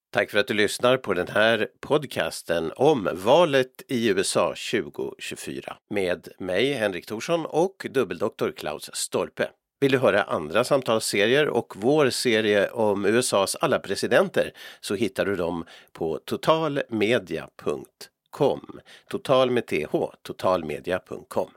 Tack för att du lyssnar på den här podcasten om valet i USA 2024 med mig Henrik Thorsson och dubbeldoktor Klaus Stolpe. Vill du höra andra samtalsserier och vår serie om USAs alla presidenter så hittar du dem på totalmedia.com. Total med TH, totalmedia.com.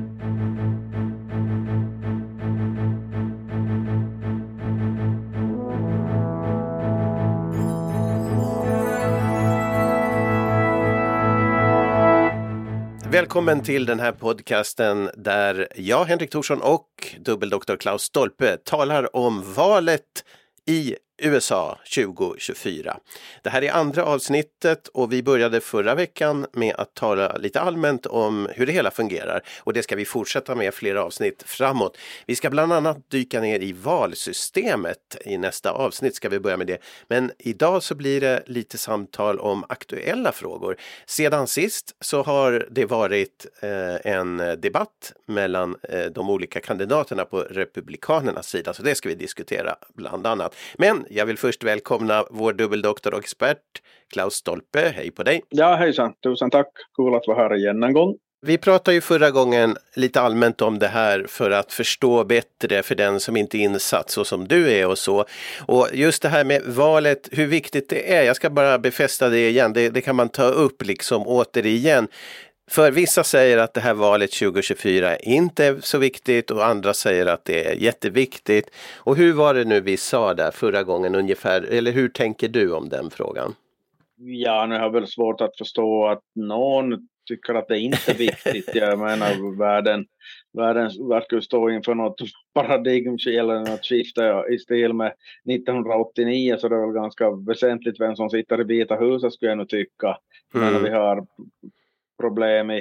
Välkommen till den här podcasten där jag, Henrik Thorsson och dubbeldoktor Klaus Stolpe talar om valet i USA 2024. Det här är andra avsnittet och vi började förra veckan med att tala lite allmänt om hur det hela fungerar. Och det ska vi fortsätta med flera avsnitt framåt. Vi ska bland annat dyka ner i valsystemet. I nästa avsnitt ska vi börja med det. Men idag så blir det lite samtal om aktuella frågor. Sedan sist så har det varit en debatt mellan de olika kandidaterna på republikanernas sida. Så det ska vi diskutera bland annat. Men jag vill först välkomna vår dubbeldoktor och expert Klaus Stolpe. Hej på dig! Ja, hejsan. Tusen tack. Kul att vara här igen en gång. Vi pratade ju förra gången lite allmänt om det här för att förstå bättre för den som inte är insatt så som du är och så. Och just det här med valet, hur viktigt det är. Jag ska bara befästa det igen. Det kan man ta upp liksom återigen. För vissa säger att det här valet 2024 inte är så viktigt och andra säger att det är jätteviktigt. Och hur var det nu vi sa där förra gången ungefär? Eller hur tänker du om den frågan? Ja, nu har jag väl svårt att förstå att någon tycker att det inte är viktigt. Jag menar, världen verkar stå inför något paradigmskifte eller något skifte i stil med 1989, så det är väl ganska väsentligt vem som sitter i Vita huset, skulle jag nog tycka. Men vi har problem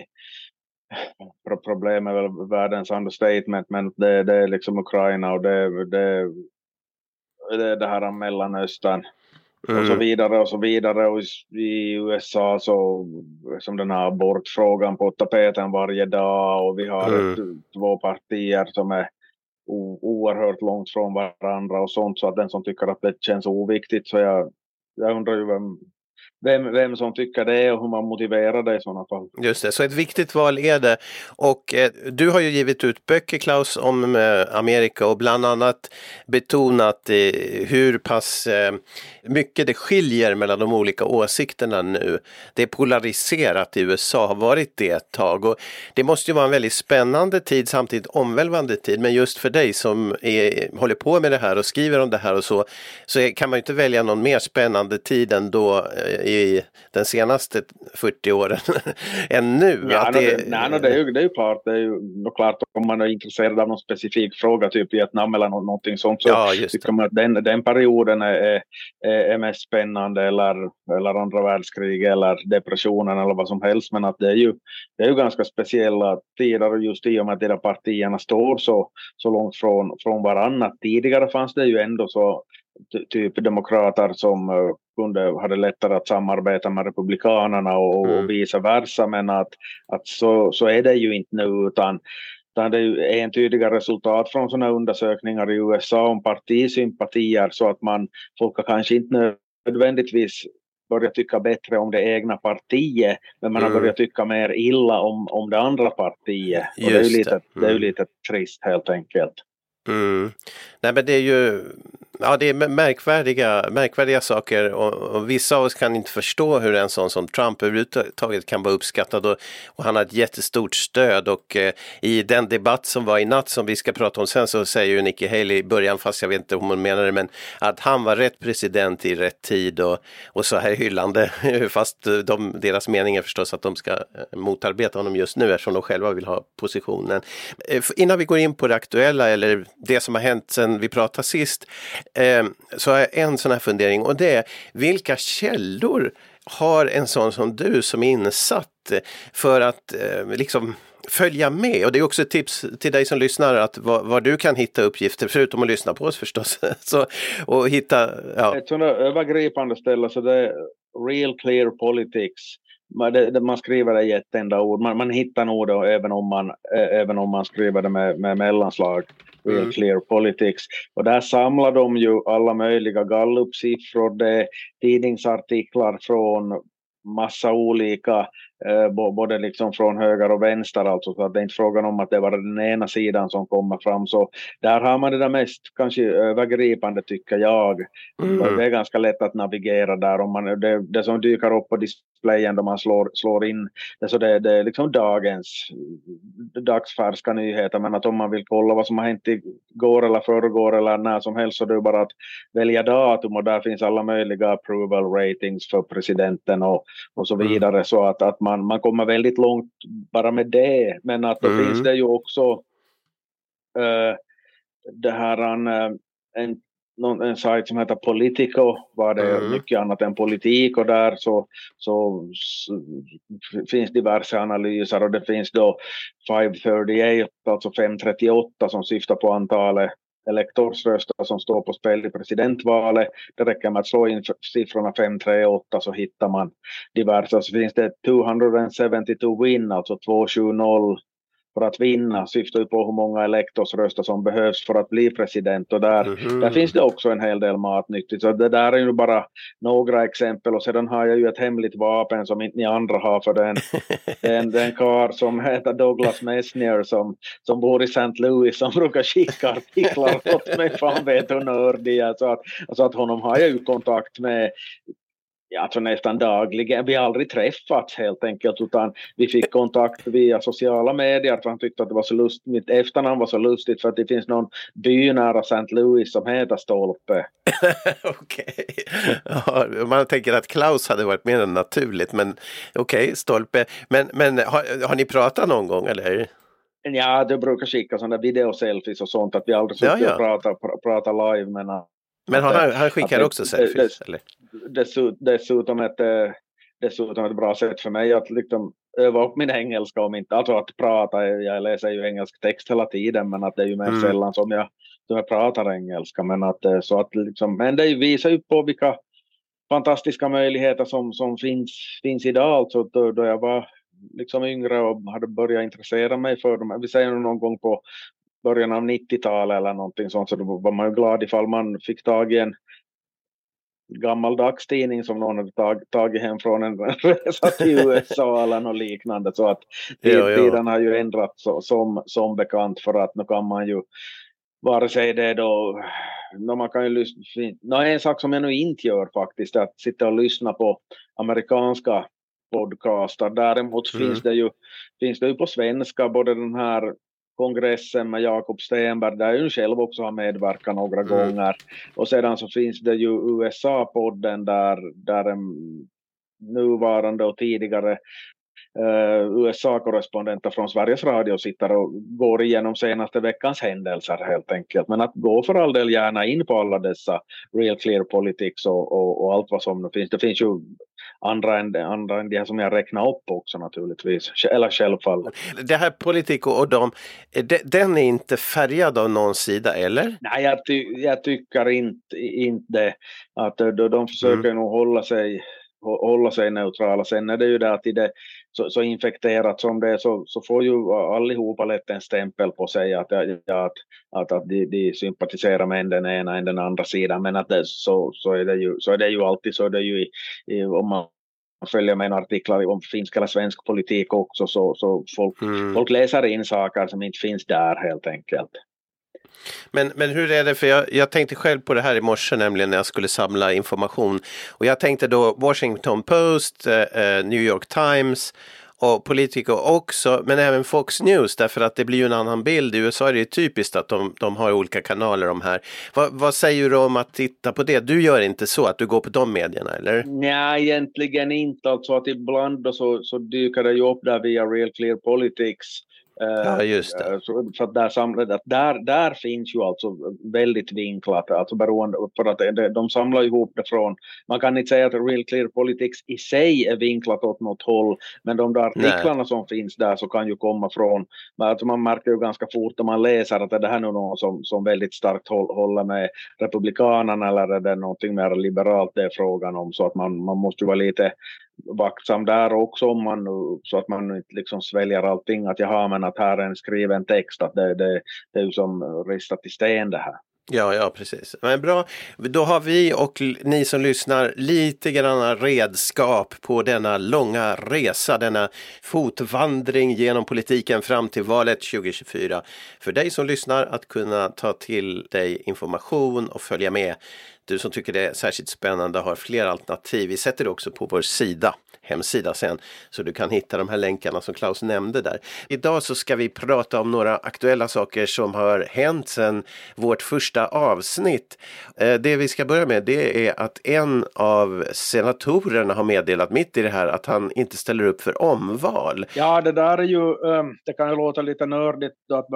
är väl världens understatement, men det är liksom Ukraina och det här Mellanöstern och så vidare och i USA så som den här abortfrågan på tapeten varje dag, och vi har två partier som är oerhört långt från varandra och sånt, så att den som tycker att det känns oviktigt, så jag undrar ju vem som tycker det och hur man motiverar det i sådana fall. Just det, så ett viktigt val är det. Och du har ju givit ut böcker, Klaus, om Amerika och bland annat betonat hur pass mycket det skiljer mellan de olika åsikterna nu. Det är polariserat i USA, har varit det ett tag. Och det måste ju vara en väldigt spännande tid, samtidigt omvälvande tid. Men just för dig som håller på med det här och skriver om det här och så kan man ju inte välja någon mer spännande tid än då i den senaste 40 åren än nu. Ja, det är ju klart. Det är ju klart om man är intresserad av någon specifik fråga, typ Vietnam eller någonting sånt, så tycker man att den perioden är mest spännande, eller andra världskrig eller depressionen eller vad som helst. Men att det är ju ganska speciella tider, och just i och med att de där partierna står så långt från varandra. Tidigare fanns det ju ändå så typ demokrater som hade lättare att samarbeta med republikanerna och vice versa, men att så är det ju inte nu, utan det är ju entydiga resultat från sådana undersökningar i USA om partisympatier, så att folk kanske inte nödvändigtvis börjar tycka bättre om det egna partiet, men man har börjat tycka mer illa om det andra partiet, och det är ju lite trist helt enkelt. Nej, men det är ju det är märkvärdiga saker, och vissa av oss kan inte förstå hur en sån som Trump överhuvudtaget kan vara uppskattad, och han har ett jättestort stöd, och i den debatt som var i natt som vi ska prata om sen, så säger ju Nikki Haley i början, fast jag vet inte om hon menar det, men att han var rätt president i rätt tid och så här hyllande, fast deras mening är förstås att de ska motarbeta honom just nu eftersom de själva vill ha positionen. Innan vi går in på det aktuella eller det som har hänt sen vi pratade sist, så har jag en sån här fundering, och det är: vilka källor har en sån som du som är insatt för att liksom följa med? Och det är också ett tips till dig som lyssnar, att var du kan hitta uppgifter, förutom att lyssna på oss förstås, och hitta... Ja. Ett sådant övergripande ställe, så det är Real Clear Politics. man skriver det i ett enda ord. Man hittar nog då, även om man skriver det med mellanslag. Real Clear Politics. Och där samlar de ju alla möjliga Gallup-siffror, det är tidningsartiklar från massa olika, både liksom från höger och vänster, alltså, så att det är inte frågan om att det var den ena sidan som kommer fram. Så där har man det där mest kanske övergripande, tycker jag. Det är ganska lätt att navigera där, om man, det som dyker upp på displayen då man slår in det, så det är liksom dagsfärska nyheter, men att om man vill kolla vad som har hänt igår eller förrgår eller när som helst, så det är bara att välja datum, och där finns alla möjliga approval ratings för presidenten och så vidare, så att man kommer väldigt långt bara med det. Men att då finns det ju också det här en sajt som heter Politico, var det mycket annat än politik, och där så finns diverse analyser, och det finns då 538, alltså 538, som syftar på antalet elektorsröster som står på spel i presidentvalet. Det räcker med att slå in siffrorna 538, så hittar man diverse. Så finns det 272 win, alltså 270 för att vinna, syftar ju på hur många elektorsröster som behövs för att bli president, och där finns det också en hel del matnyttigt. Så det där är ju bara några exempel, och sedan har jag ju ett hemligt vapen som inte ni andra har, för den karl som heter Douglas Messner som bor i St. Louis, som brukar skicka artiklar åt mig, för han vet hur nördig jag är, så att honom har jag ju kontakt med. Jag tror nästan dagligen. Vi har aldrig träffats helt enkelt, utan vi fick kontakt via sociala medier, för han tyckte att det var så lustigt. Mitt efternamn var så lustigt för att det finns någon by nära St. Louis som heter Stolpe. Okej. Ja, man tänker att Klaus hade varit mer än naturligt, men okej, Stolpe. Men har ni pratat någon gång, eller? Ja, det brukar skicka sådana videoselfies och sånt, att vi aldrig suttit och prata live, men han skickar också selfies, eller? Dessutom ett bra sätt för mig att liksom öva upp min engelska, om inte alltså att prata. Jag läser ju engelsk text hela tiden, men att det är ju mer sällan som jag pratar engelska, men att så att liksom, men det visar ju på vilka fantastiska möjligheter som finns idag, alltså då jag var liksom yngre och hade börjat intressera mig för dem. Vi säger någon gång på början av 90-talet eller någonting sånt, så då var man ju glad ifall man fick tag i en gammaldags tidning som någon hade tagit hem från en resa till USA eller något liknande, så att tiden har ju ändrats som bekant, för att nu kan man ju vare sig det då, man kan ju lyssna, en sak som jag nu inte gör faktiskt är att sitta och lyssna på amerikanska podcastar. Däremot finns det ju på svenska, både den här kongressen med Jakob Stenberg, där jag själv också har medverkat några gånger, och sedan så finns det ju USA-podden där en nuvarande och tidigare USA-korrespondenter från Sveriges Radio sitter och går igenom senaste veckans händelser helt enkelt. Men att gå för all del gärna in på alla dessa Real Clear Politics och allt vad som finns. Det finns ju andra än det som jag räknar upp också naturligtvis. Eller självfallet. Det här Politico och den är inte färgad av någon sida, eller? Nej, jag tycker inte att de försöker nog hålla sig neutrala. Sen är det ju det att i det så infekterat som det är, så får ju allihopa lätt en stämpel på sig att de sympatiserar med den ena än den andra sidan, men att så är det ju alltid så. Är det ju om man följer med en artiklar om finsk eller svensk politik också, så folk läser in saker som inte finns där helt enkelt. Men hur är det, för jag tänkte själv på det här i morse, nämligen när jag skulle samla information, och jag tänkte då Washington Post, New York Times och Politico också, men även Fox News, därför att det blir ju en annan bild. I USA är det typiskt att de har olika kanaler de här. Vad säger du om att titta på det? Du gör inte så att du går på de medierna, eller? Nej, egentligen inte. Alltså att ibland då så dyker det ju upp där via Real Clear Politics. Ja, just det. Så att där finns ju alltså väldigt vinklat, alltså beroende, för att de samlar ihop det från, man kan inte säga att Real Clear Politics i sig är vinklat åt något håll, men de där artiklarna som finns där så kan ju komma från, alltså man märker ju ganska fort när man läser att det här är någon som väldigt starkt håller med republikanerna, eller är det någonting mer liberalt det är frågan om, så att man måste ju vara vaktsam där också, om man, så att man inte liksom sväljer allting, att jaha, men att här är en skriven text, att det är ju som ristat i sten det här. Ja, precis. Men bra, då har vi och ni som lyssnar lite grann redskap på denna långa resa, denna fotvandring genom politiken fram till valet 2024. För dig som lyssnar att kunna ta till dig information och följa med. Du som tycker det är särskilt spännande har fler alternativ. Vi sätter det också på vår hemsida sen, så du kan hitta de här länkarna som Klaus nämnde där. Idag så ska vi prata om några aktuella saker som har hänt sedan vårt första avsnitt. Det vi ska börja med, det är att en av senatorerna har meddelat mitt i det här att han inte ställer upp för omval. Ja, det där är ju, det kan ju låta lite nördigt då att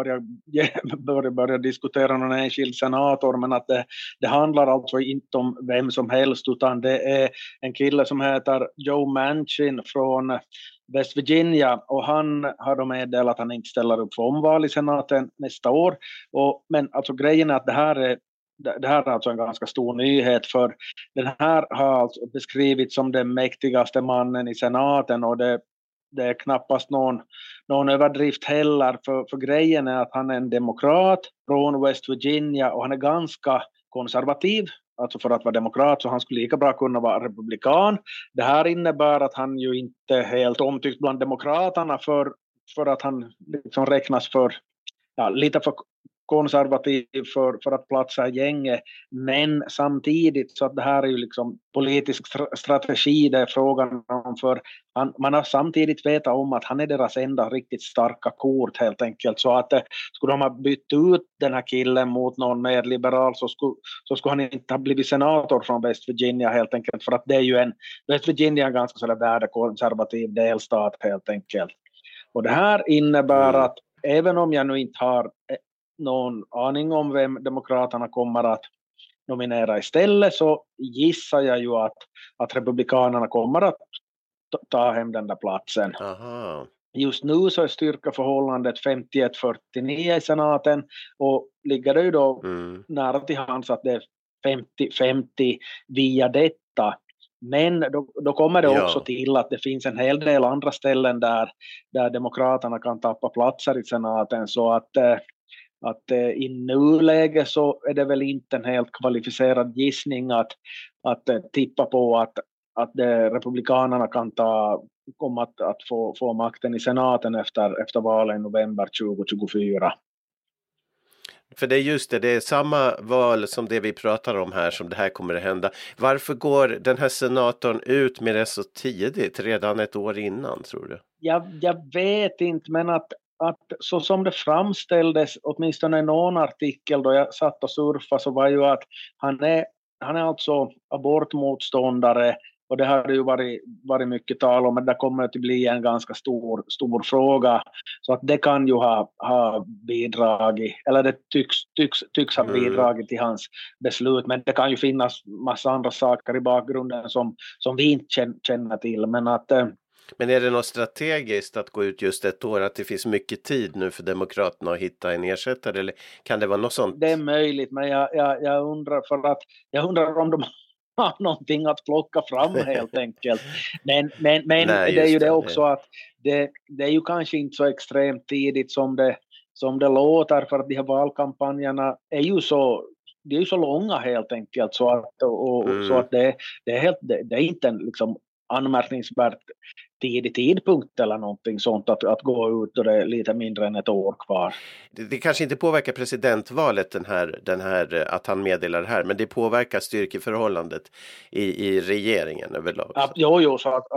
börja diskutera någon enskild senator, men att det handlar alltså inte om vem som helst, utan det är en kille som heter Joe Manchin från West Virginia, och han har då meddelat att han inte ställer upp för omval i senaten nästa år. Men alltså grejen är att det här är alltså en ganska stor nyhet, för den här har alltså beskrivits som den mäktigaste mannen i senaten, och det är knappast någon överdrift heller, för grejen är att han är en demokrat från West Virginia, och han är ganska konservativ. Alltså för att vara demokrat, så han skulle lika bra kunna vara republikan. Det här innebär att han ju inte är helt omtyckt bland demokraterna, för att han liksom räknas för lite för konservativ för att platsa i gänget, men samtidigt så att det här är ju liksom politisk strategi, det är frågan om, för man har samtidigt vetat om att han är deras enda riktigt starka kort helt enkelt, så att skulle de ha bytt ut den här killen mot någon mer liberal, så skulle han inte ha blivit senator från West Virginia helt enkelt, för att det är ju West Virginia är en ganska sådär värdekonservativ delstat helt enkelt. Och det här innebär att även om jag nu inte har någon aning om vem demokraterna kommer att nominera istället, så gissar jag ju att republikanerna kommer att ta hem den där platsen. Aha. Just nu så är styrkeförhållandet 51-49 i senaten, och ligger det ju då nära till hands att det är 50-50 via detta. Men då kommer det också till att det finns en hel del andra ställen där demokraterna kan tappa platser i senaten, så att i nuläget så är det väl inte en helt kvalificerad gissning att tippa på att republikanerna kan komma att få makten i senaten efter valet i november 2024. För det är just det är samma val som det vi pratar om här som det här kommer att hända. Varför går den här senatorn ut med det så tidigt, redan ett år innan, tror du? Jag vet inte, men att så som det framställdes, åtminstone i någon artikel då jag satt och surfade, så var ju att han är alltså abortmotståndare, och det har ju varit mycket tal om, men det kommer att bli en ganska stor fråga, så att det kan ju ha bidragit, eller det tycks ha bidragit till hans beslut, men det kan ju finnas massa andra saker i bakgrunden som vi inte känner till, men att Men är det något strategiskt att gå ut just ett år, att det finns mycket tid nu för demokraterna att hitta en ersättare, eller kan det vara något sånt? Det är möjligt, men jag undrar om de har någonting att plocka fram helt enkelt. Men nej, det är ju det också att det är ju kanske inte så extremt tidigt som det låter, för att de här valkampanjerna är ju så långa helt enkelt, så att det är inte en liksom anmärkningsvärt tidig tidpunkt eller någonting sånt att gå ut, och det är lite mindre än ett år kvar. Det kanske inte påverkar presidentvalet den här att han meddelar det här, men det påverkar styrkeförhållandet i regeringen överlag. Jo,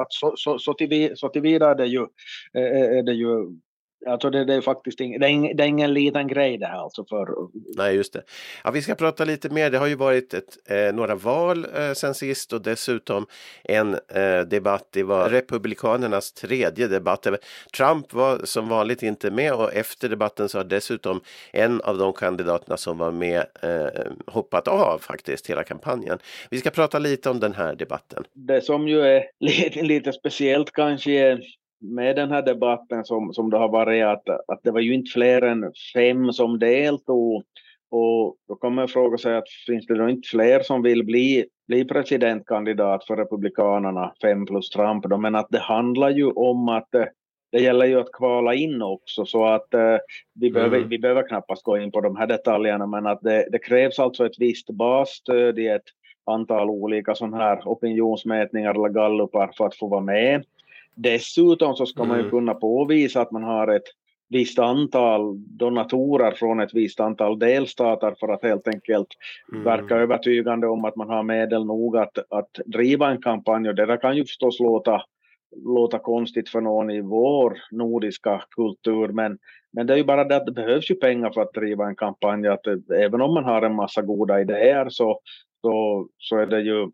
så tillvida är det ju alltså det är faktiskt det är ingen liten grej det här alltså för. Nej, just det. Ja, vi ska prata lite mer. Det har ju varit några val sen sist, och dessutom en debatt. Det var republikanernas tredje debatt. Trump var som vanligt inte med, och efter debatten så har dessutom en av de kandidaterna som var med hoppat av faktiskt hela kampanjen. Vi ska prata lite om den här debatten. Det som ju är lite speciellt kanske med den här debatten som det har varit att det var ju inte fler än 5 som deltog, och då kommer jag fråga sig att finns det då inte fler som vill bli bli presidentkandidat för republikanerna 5 plus Trump då, men att det handlar ju om att det gäller ju att kvala in också, så att vi behöver knappast gå in på de här detaljerna, men att det krävs alltså ett visst basstöd i ett antal olika sådana här opinionsmätningar eller gallupar för att få vara med. Dessutom så ska man ju kunna påvisa att man har ett visst antal donatorer från ett visst antal delstater för att helt enkelt verka övertygande om att man har medel nog att driva en kampanj. Och det där kan ju förstås låta konstigt för någon i vår nordiska kultur, men det är ju bara det att det behövs ju pengar för att driva en kampanj. Att även om man har en massa goda idéer så är det ju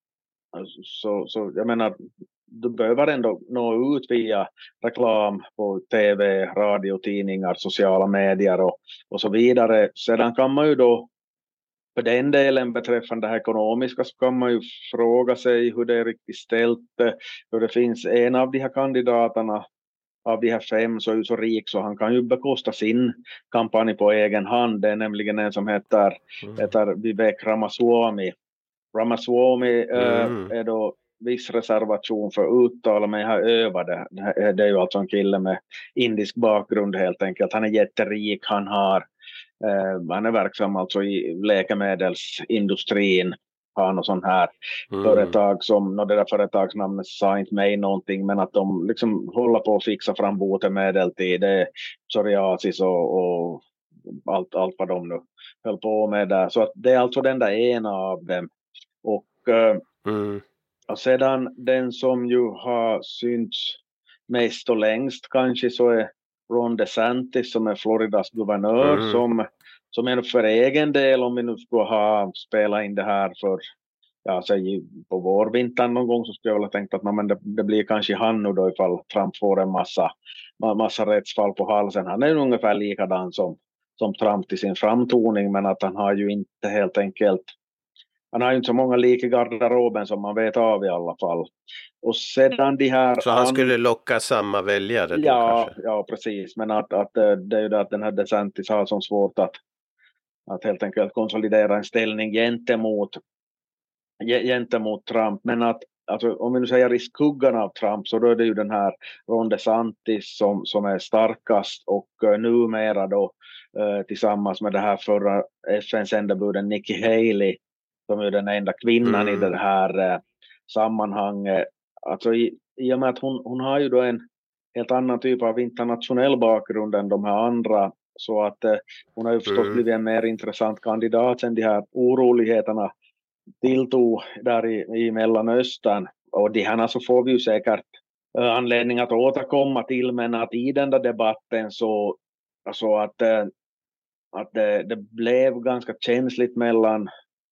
så jag menar, du behöver ändå nå ut via reklam på tv, radio, tidningar, sociala medier och så vidare. Sedan kan man ju då på den delen beträffande det ekonomiska så kan man ju fråga sig hur det är riktigt ställt. Då det finns en av de här kandidaterna av de här 5 så är ju så rik så han kan ju bekosta sin kampanj på egen hand. Det är nämligen en som heter Vivek Ramaswamy. Ramaswamy är då viss reservation för uttal, men jag har övat det. Det är ju alltså en kille med indisk bakgrund helt enkelt. Han är jätterik, han är verksam alltså i läkemedelsindustrin. Han och sån här företag som, det där företagsnamnet sa inte mig någonting, men att de liksom håller på att fixa fram botemedel till det, psoriasis och allt vad de nu höll på med där. Så att det är alltså den där ena av dem. Och sedan den som ju har synts mest och längst kanske så är Ron DeSantis som är Floridas guvernör som är för egen del, om vi nu skulle ha spelat in det här för säg på vårvintern någon gång, så skulle jag väl ha tänkt att men det blir kanske han nu då ifall Trump får en massa rättsfall på halsen. Han är ju ungefär likadan som Trump till sin framtoning, men att han har ju inte helt enkelt, han har ju inte så många lik i garderoben som man vet av i alla fall. Och sedan de här... Så han skulle locka samma väljare då kanske? Ja, precis. Men att det är ju det att den här DeSantis har så svårt att helt enkelt konsolidera en ställning gentemot Trump. Men att alltså, om vi nu säger i skuggan av Trump så då är det ju den här Ron DeSantis som är starkast och numera då tillsammans med det här förra FN-sändebuden Nikki Haley som är den enda kvinnan i det här sammanhanget. Alltså i och med att hon har ju då en helt annan typ av internationell bakgrund än de här andra, så att hon har ju förstås blivit en mer intressant kandidat sen de här oroligheterna tilltog där i Mellanöstern. Och de här så får vi ju säkert anledning att återkomma till, men att i den där debatten så alltså att det blev ganska känsligt mellan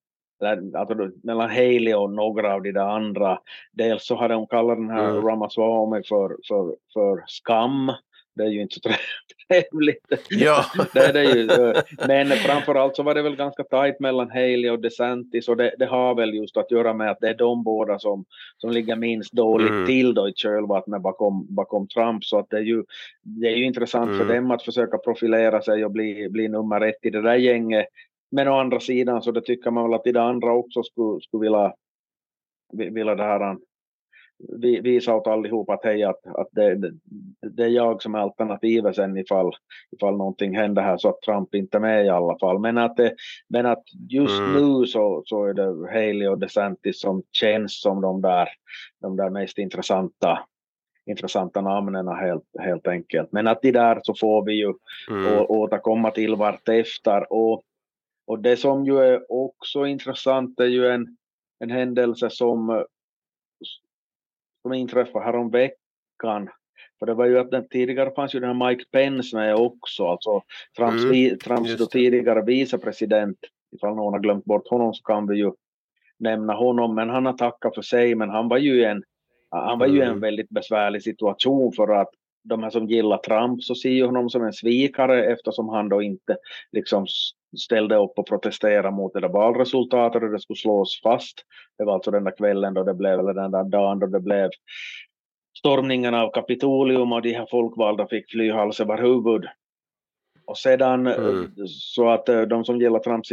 Haley och några av de där andra. Dels så hade hon kallat den här Ramaswamy för skam. Det är ju inte så trevligt. Ja. Det är ju, men framförallt så var det väl ganska tajt mellan Haley och DeSantis, och det har väl just att göra med att det är de båda som ligger minst dåligt till då i kölvattnet bakom Trump, så att det är ju intressant för dem att försöka profilera sig och bli nummer 1 i det där gänget. Men å andra sidan så det tycker man väl att de andra också skulle vilja det här visa åt allihop att hej, att det är jag som är alternativet sen ifall någonting händer här så att Trump inte är med i alla fall. Men att just nu så är det Haley och DeSantis som känns som de där mest intressanta namnen helt enkelt. Men att de där så får vi ju återkomma till vart efter. Och det som ju är också intressant är ju en händelse som inträffade här om veckan. För det var ju att tidigare fanns ju den här Mike Pence med också. Alltså Trumps då tidigare vicepresident. Ifall någon har glömt bort honom så kan vi ju nämna honom. Men han har tackat för sig. Men han var ju en väldigt besvärlig situation, för att de här som gillar Trump så ser ju honom som en svikare, eftersom han då inte liksom ställde upp och protesterade mot det där valresultatet och det skulle slås fast. Det var alltså den där kvällen då det blev, eller den där dagen då det blev stormningen av Kapitolium och de här folkvalda fick fly hals över huvud. Och sedan så att de som gillar Trump ser ju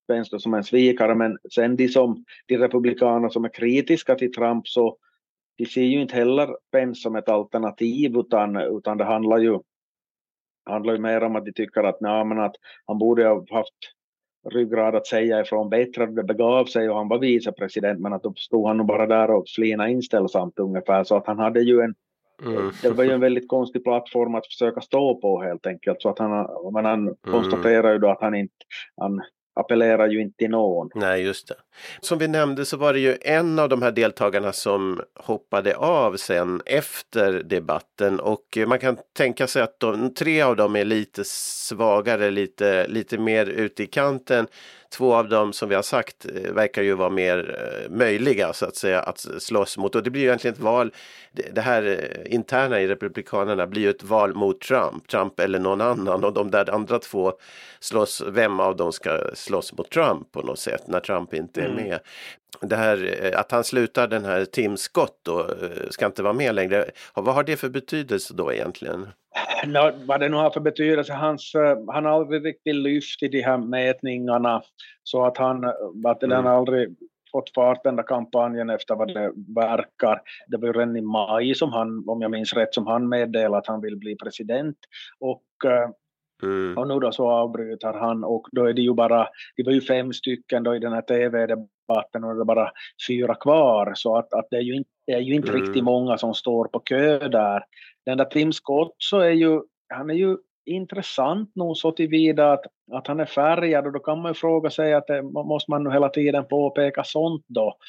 Pence då som en svikare, men sen de republikaner som är kritiska till Trump, så de ser ju inte heller Pence som ett alternativ, utan det handlar ju mer om att de tycker att, men att han borde ha haft ryggrad att säga ifrån bättre, det begav sig och han var vicepresident, men att då stod han nog bara där och flina inställsamt ungefär, så att han hade ju det var ju en väldigt konstig plattform att försöka stå på helt enkelt, så att han konstaterar ju då att han appellerar ju inte till någon. Nej, just det. Som vi nämnde så var det ju en av de här deltagarna som hoppade av sen efter debatten, och man kan tänka sig att 3 av dem är lite svagare, lite mer ute i kanten. 2 av dem, som vi har sagt, verkar ju vara mer möjliga så att säga att slåss mot, och det blir ju egentligen ett val, det här interna i republikanerna blir ju ett val mot Trump eller någon annan, och de där andra 2 slåss, vem av dem ska slåss mot Trump på något sätt när Trump inte är med. Det här att han slutar, den här Tim Scott då, ska inte vara med längre. Vad har det för betydelse då egentligen? Vad det nu har för betydelse, han har aldrig riktigt lyft i de här mätningarna, så att den har aldrig fått fart den där kampanjen efter vad det verkar. Det var ju redan i maj som han, om jag minns rätt, som han meddelade att han vill bli president, och nu då så avbryter han, och då är det var ju 5 stycken då i den här tv-debatten, och det är bara 4 kvar, så att det är ju inte riktigt många som står på kö där. Den där Tim Scott, så han är ju intressant nog så tillvida att han är färgad, och då kan man ju fråga sig att måste man nu hela tiden påpeka sånt då.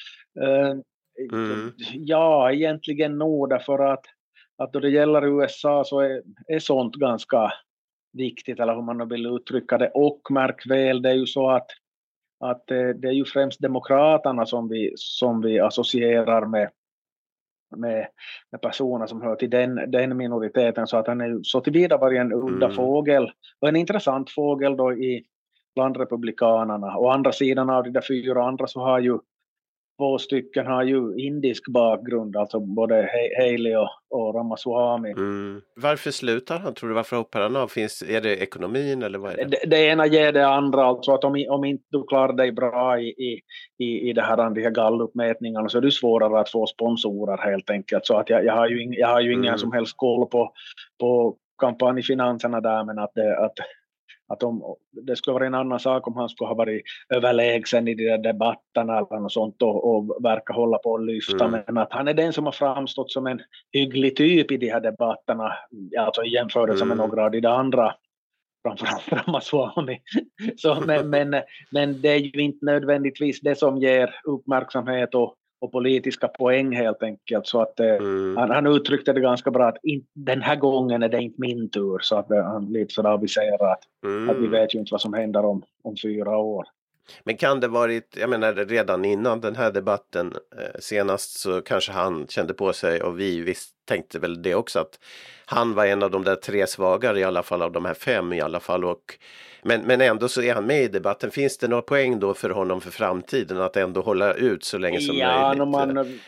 Ja, egentligen nog, därför att då det gäller USA så är sånt ganska viktigt, eller hur man nu vill uttrycka det, och märk väl, det är ju så att det är ju främst demokraterna som vi associerar med personer som hör till den minoriteten, så att han är så tillvida varit en udda fågel och en intressant fågel då bland republikanerna. Och andra sidan av de där 4 andra så har ju 2 stycken har ju indisk bakgrund, alltså både Haley och Ramaswamy. Varför slutar han, tror du? Varför hoppar han av? Är det ekonomin eller vad är det? Det ena ger det andra, alltså att om inte du klarar dig bra i de här galluppmätningarna, så är det svårare att få sponsorer helt enkelt. Så att jag har ju ingen som helst koll på kampanjfinanserna där, men att om det skulle vara en annan sak om han skulle ha varit överlägsen i de där debatterna eller något sånt och verka hålla på att lyfta, men att han är den som har framstått som en hygglig typ i de här debatterna, alltså i jämförelse med några av de andra, framförallt Ramaswamy. Men det är ju inte nödvändigtvis det som ger uppmärksamhet och politiska poäng helt enkelt, så att han uttryckte det ganska bra att den här gången är det inte min tur, så att han lite sådär aviserar att vi vet ju inte vad som händer om 4 år. Men kan det varit, jag menar redan innan den här debatten senast, så kanske han kände på sig, och vi visst tänkte väl det också, att han var en av de där 3 svagare i alla fall, av de här 5 i alla fall, men ändå så är han med i debatten. Finns det några poäng då för honom för framtiden att ändå hålla ut så länge som möjligt?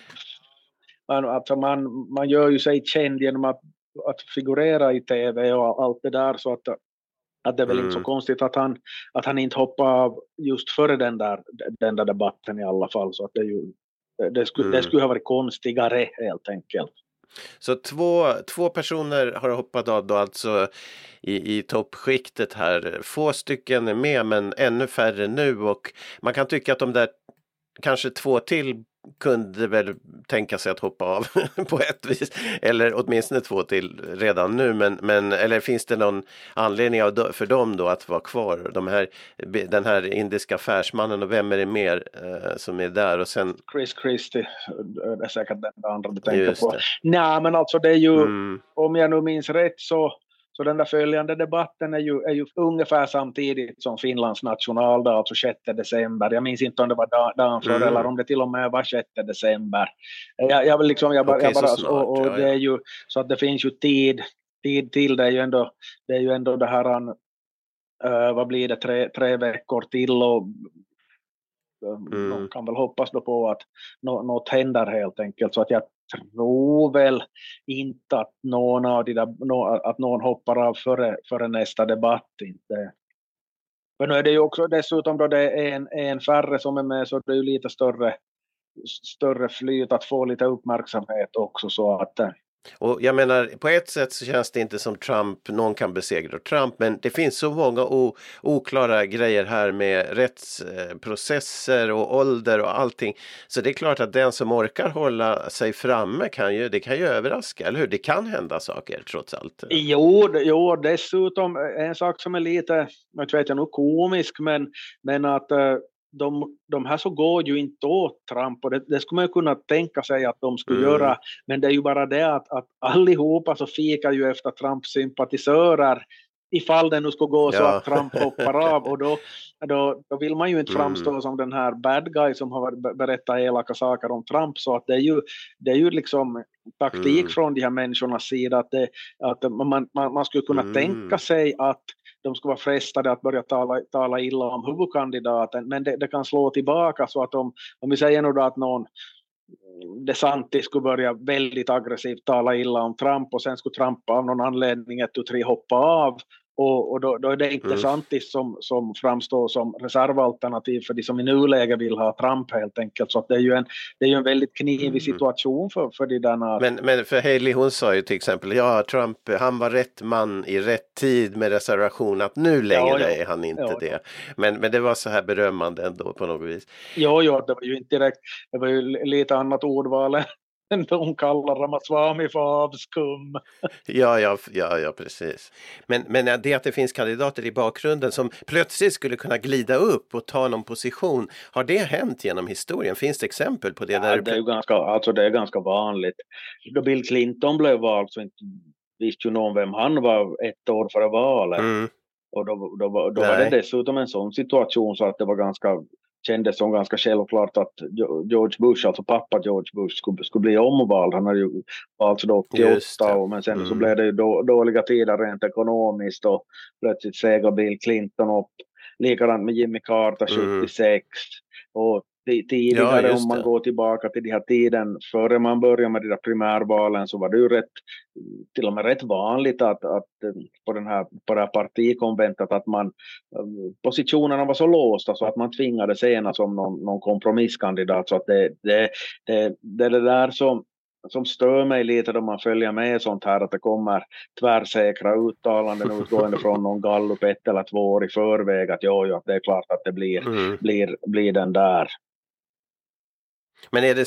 Man gör ju sig känd genom att figurera i tv och allt det där, så att det är väl inte så konstigt att han inte hoppar av just före den där debatten i alla fall, så att det skulle ha varit konstigare helt enkelt. Så 2 personer har hoppat av då, alltså i toppskiktet här. Få stycken är med, men ännu färre nu, och man kan tycka att de där kanske 2 till kunde väl tänka sig att hoppa av på ett vis, eller åtminstone 2 till redan nu, men eller finns det någon anledning för dem då att vara kvar, den här indiska affärsmannen, och vem är det mer som är där, och sen Chris Christie, det är säkert den andra du tänker på. Nej, men alltså det är ju om jag nu minns rätt så den där följande debatten är ju ungefär samtidigt som Finlands nationaldag, alltså 6 december. Jag minns inte om det var dagen för eller om det till och med var 6 december. Jag vill liksom, det är ju så att det finns ju tid till, det är ju ändå det här, vad blir det, 3 veckor till, och man kan väl hoppas då på att något händer helt enkelt, så att jag tror väl inte att någon hoppar av före nästa debatt, inte. För nu är det ju också dessutom då det är en färre som är med, så det är ju lite större flyt att få lite uppmärksamhet också, så att och jag menar, på ett sätt så känns det inte som någon kan besegra Trump, men det finns så många oklara grejer här med rättsprocesser och ålder och allting. Så det är klart att den som orkar hålla sig framme det kan ju överraska, eller hur? Det kan hända saker trots allt. Jo, dessutom en sak som är lite, jag vet inte, komisk, men att de här så går ju inte åt Trump, och det skulle man ju kunna tänka sig att de skulle göra, men det är ju bara det att allihopa så fikar ju efter Trumps sympatisörer ifall det nu skulle gå så att Trump hoppar av, och då vill man ju inte framstå som den här bad guy som har berättat elaka saker om Trump, så att det är ju liksom taktik från de här människornas sida att man skulle kunna tänka sig att de skulle vara frestade att börja tala illa om huvudkandidaten, men det kan slå tillbaka, så att om vi säger nu då att någon DeSantis skulle börja väldigt aggressivt tala illa om Trump, och sen skulle Trump av någon anledning 1, 2, 3 hoppa av, och då är det inte DeSantis som framstår som reservalternativ för de som i nuläget vill ha Trump helt enkelt, så att det är ju en väldigt knivig situation för de där. Men för Haley, hon sa ju till exempel, Trump, han var rätt man i rätt tid, med reservation att nu längre är han inte det. Men det var så här berömmande ändå på något vis. Ja, det var ju inte direkt, det var ju lite annat ordval. De kallar Ramaswamy för avskum. Ja, precis. Men det att det finns kandidater i bakgrunden som plötsligt skulle kunna glida upp och ta någon position, har det hänt genom historien? Finns det exempel på det? Ja, det är ganska vanligt. Då Bill Clinton blev vald så inte visste ju någon vem han var 1 år före valet. Och då var det dessutom en sån situation så att det var kändes som ganska självklart att George Bush, alltså pappa George Bush, skulle bli omvald. Han hade ju valt då 88, men sen så blev det ju dåliga tider rent ekonomiskt, och plötsligt segar Bill Clinton upp. Likadant med Jimmy Carter 76, och tidigare om man går tillbaka till den här tiden före man började med de där primärvalen, så var det ju till och med rätt vanligt att på det här partikonventet att positionerna var så låsta så att man tvingades enas om någon kompromisskandidat, så att det är det där som stör mig lite då man följer med sånt här, att det kommer tvärsäkra uttalanden utgående från någon gallup 1 eller 2 år i förväg, att att det är klart att det blir den där. Men är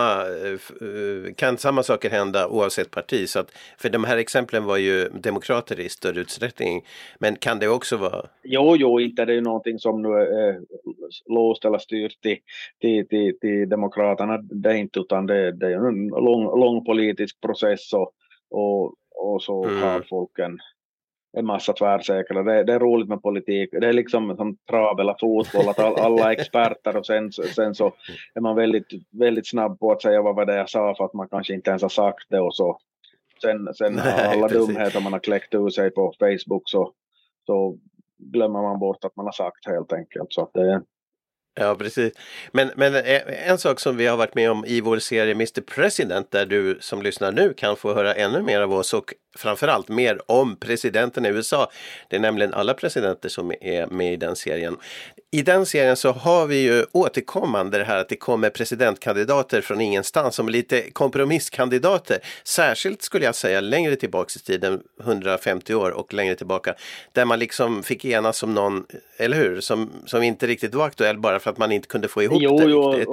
det kan samma saker hända oavsett parti? Så att, för de här exemplen var ju demokrater i större utsträckning, men kan det också vara? Jo, inte det är ju någonting som nu är låst eller styrt till demokraterna, det är inte, utan det är en lång politisk process, och så har folken en massa tvärsäkra. Det är roligt med politik. Det är liksom som trav eller fotboll, att alla är experter, och sen så är man väldigt, väldigt snabb på att säga vad var det jag sa, för att man kanske inte ens har sagt det, och så sen alla dumheter man har kläckt ur sig på Facebook, så glömmer man bort att man har sagt helt enkelt, så att det. Ja, precis. Men en sak som vi har varit med om i vår serie Mr. President, där du som lyssnar nu kan få höra ännu mer av oss, och framförallt mer om presidenten i USA. Det är nämligen alla presidenter som är med i den serien. I den serien så har vi ju återkommande det här att det kommer presidentkandidater från ingenstans som lite kompromisskandidater. Särskilt skulle jag säga längre tillbaka i tiden, 150 år och längre tillbaka, där man liksom fick enas om någon, eller hur, som inte riktigt var aktuell bara för att man inte kunde få ihop det riktigt.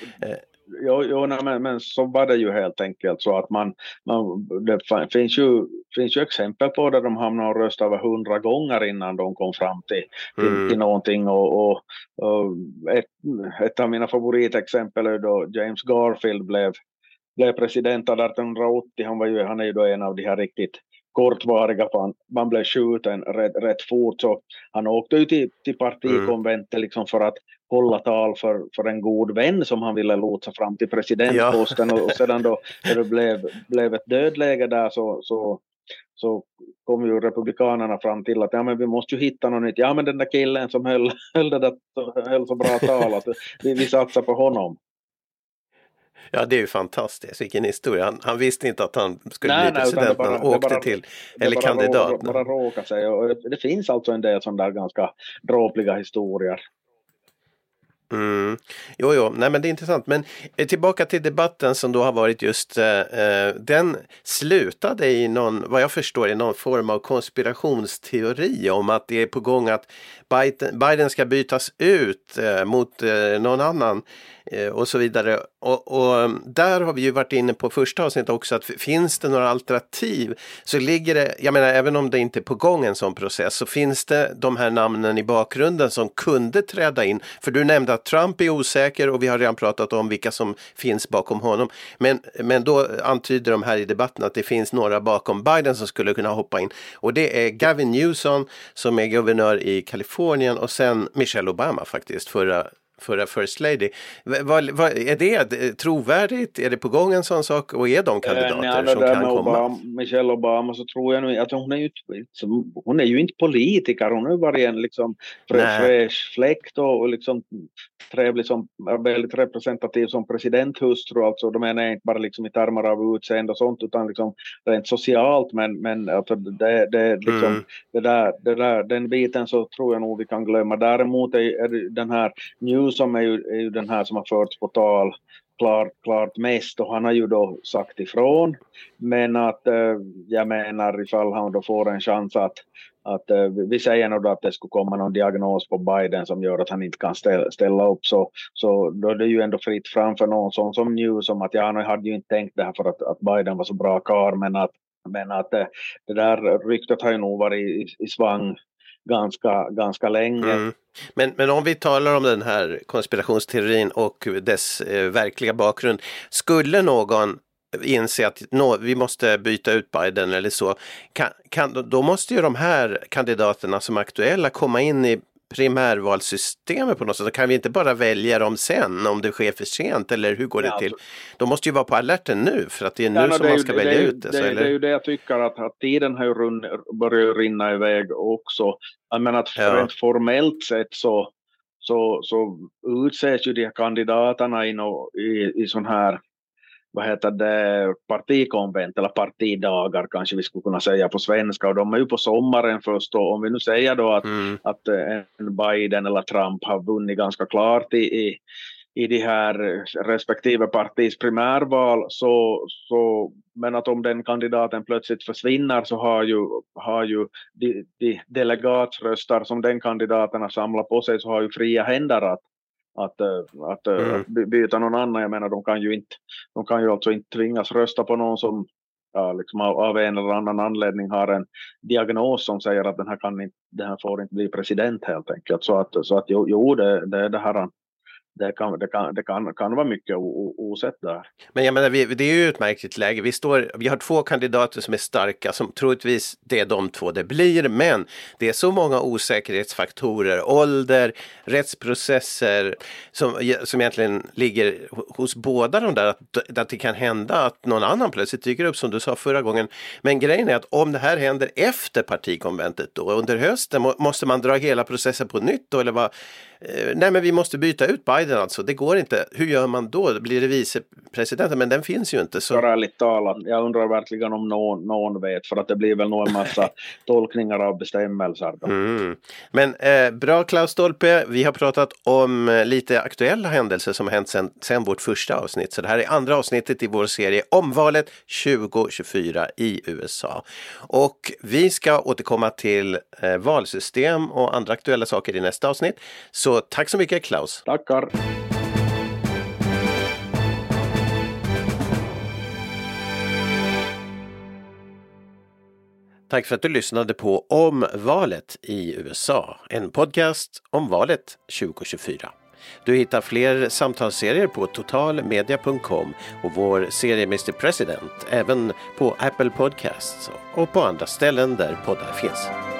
Men så var det ju helt enkelt, så att det finns ju exempel på där de hamnar och röstar över 100 gånger innan de kom fram till någonting, och ett av mina favoritexempel är då James Garfield blev president 1880. Han är ju då en av de här riktigt kortvariga, man blev skjuten rätt fort, så han åkte ju till partikonventet liksom för att hålla tal för en god vän som han ville lotsa fram till presidentposten, och sedan då när det blev ett dödläge där, så kom ju republikanerna fram till att men vi måste ju hitta något nytt. Men den där killen som höll så bra tal, att vi satsar på honom. Ja, det är ju fantastiskt. Vilken historia. Han visste inte att han skulle bli president när han åkte till, eller kandidat. Bara råka sig. Och det finns alltså en del sådana där ganska dråpliga historier. Jo, nej men det är intressant. Men tillbaka till debatten som då har varit just, den slutade i någon, vad jag förstår, i någon form av konspirationsteori om att det är på gång att Biden ska bytas ut mot någon annan och så vidare. Och där har vi ju varit inne på första avsnittet också, att finns det några alternativ så ligger det, jag menar även om det inte är på gång en sån process, så finns det de här namnen i bakgrunden som kunde träda in. För du nämnde att Trump är osäker och vi har redan pratat om vilka som finns bakom honom. Men då antyder de här i debatten att det finns några bakom Biden som skulle kunna hoppa in. Och det är Gavin Newsom som är guvernör i Kalifornien och sen Michelle Obama faktiskt, förra First Lady. Är det trovärdigt? Är det på gång en sån sak? Och är de kandidater som kan komma? Michelle Obama, så tror jag nu att hon är ju inte politiker. Hon är bara en liksom fräsch fläkt och liksom trevlig, som väldigt representativ som presidenthustru. Alltså de är inte bara liksom i termer av utseende och sånt, utan liksom rent socialt, men alltså det liksom den biten så tror jag nog vi kan glömma. Däremot är den här Newsom är ju den här som har förts på tal klart mest, och han har ju då sagt ifrån, men att jag menar ifall han då får en chans att vi säger nog då att det skulle komma någon diagnos på Biden som gör att han inte kan ställa upp, så då är det ju ändå fritt framför någon sån som Newsom, att han hade ju inte tänkt det här för att Biden var så bra karl, men att det där ryktet har ju nog varit i svang ganska länge. Men om vi talar om den här konspirationsteorin och dess verkliga bakgrund, skulle någon inse att vi måste byta ut Biden eller så, då måste ju de här kandidaterna som är aktuella komma in i primärvalssystemet på något sätt. Så kan vi inte bara välja dem sen om det sker för sent, eller hur går det till? De måste ju vara på alerten nu, för att det är nu som man ska välja ut det. Det är ju det jag tycker, att tiden har ju börjat rinna iväg också. Jag menar att rent formellt sett så utses ju de här kandidaterna i sån här, vad heter det, partikonvent eller partidagar kanske vi skulle kunna säga på svenska, och de är ju på sommaren först då. Om vi nu säger då att en Biden eller Trump har vunnit ganska klart i de här respektive partis primärval, så men att om den kandidaten plötsligt försvinner, så har ju de delegatsröster som den kandidaterna samlar på sig, så har ju fria händer att byta någon annan. Jag menar, de kan ju alltså inte tvingas rösta på någon som liksom av en eller annan anledning har en diagnos som säger att den här får inte bli president helt enkelt. Så att jo, det här det kan vara mycket osett där. Men jag menar, det är ju ett märkligt läge. Vi har två kandidater som är starka, som troligtvis det är de två det blir, men det är så många osäkerhetsfaktorer, ålder, rättsprocesser som egentligen ligger hos båda de där, att det kan hända att någon annan plötsligt dyker upp, som du sa förra gången. Men grejen är att om det här händer efter partikonventet då, under hösten, måste man dra hela processen på nytt då, eller vad? Nej, men vi måste byta ut Biden alltså. Det går inte. Hur gör man då? Blir det vicepresidenten? Men den finns ju inte. Så ärligt talat, jag undrar verkligen om någon vet, för att det blir väl nog en massa tolkningar av bestämmelser då. Men bra, Klaus Stolpe. Vi har pratat om lite aktuella händelser som har hänt sen vårt första avsnitt. Så det här är andra avsnittet i vår serie om valet 2024 i USA. Och vi ska återkomma till valsystem och andra aktuella saker i nästa avsnitt. Så tack så mycket, Klaus. Tackar. Tack för att du lyssnade på Om valet i USA, en podcast om valet 2024. Du hittar fler samtalsserier på totalmedia.com och vår serie Mr. President även på Apple Podcasts och på andra ställen där poddar finns.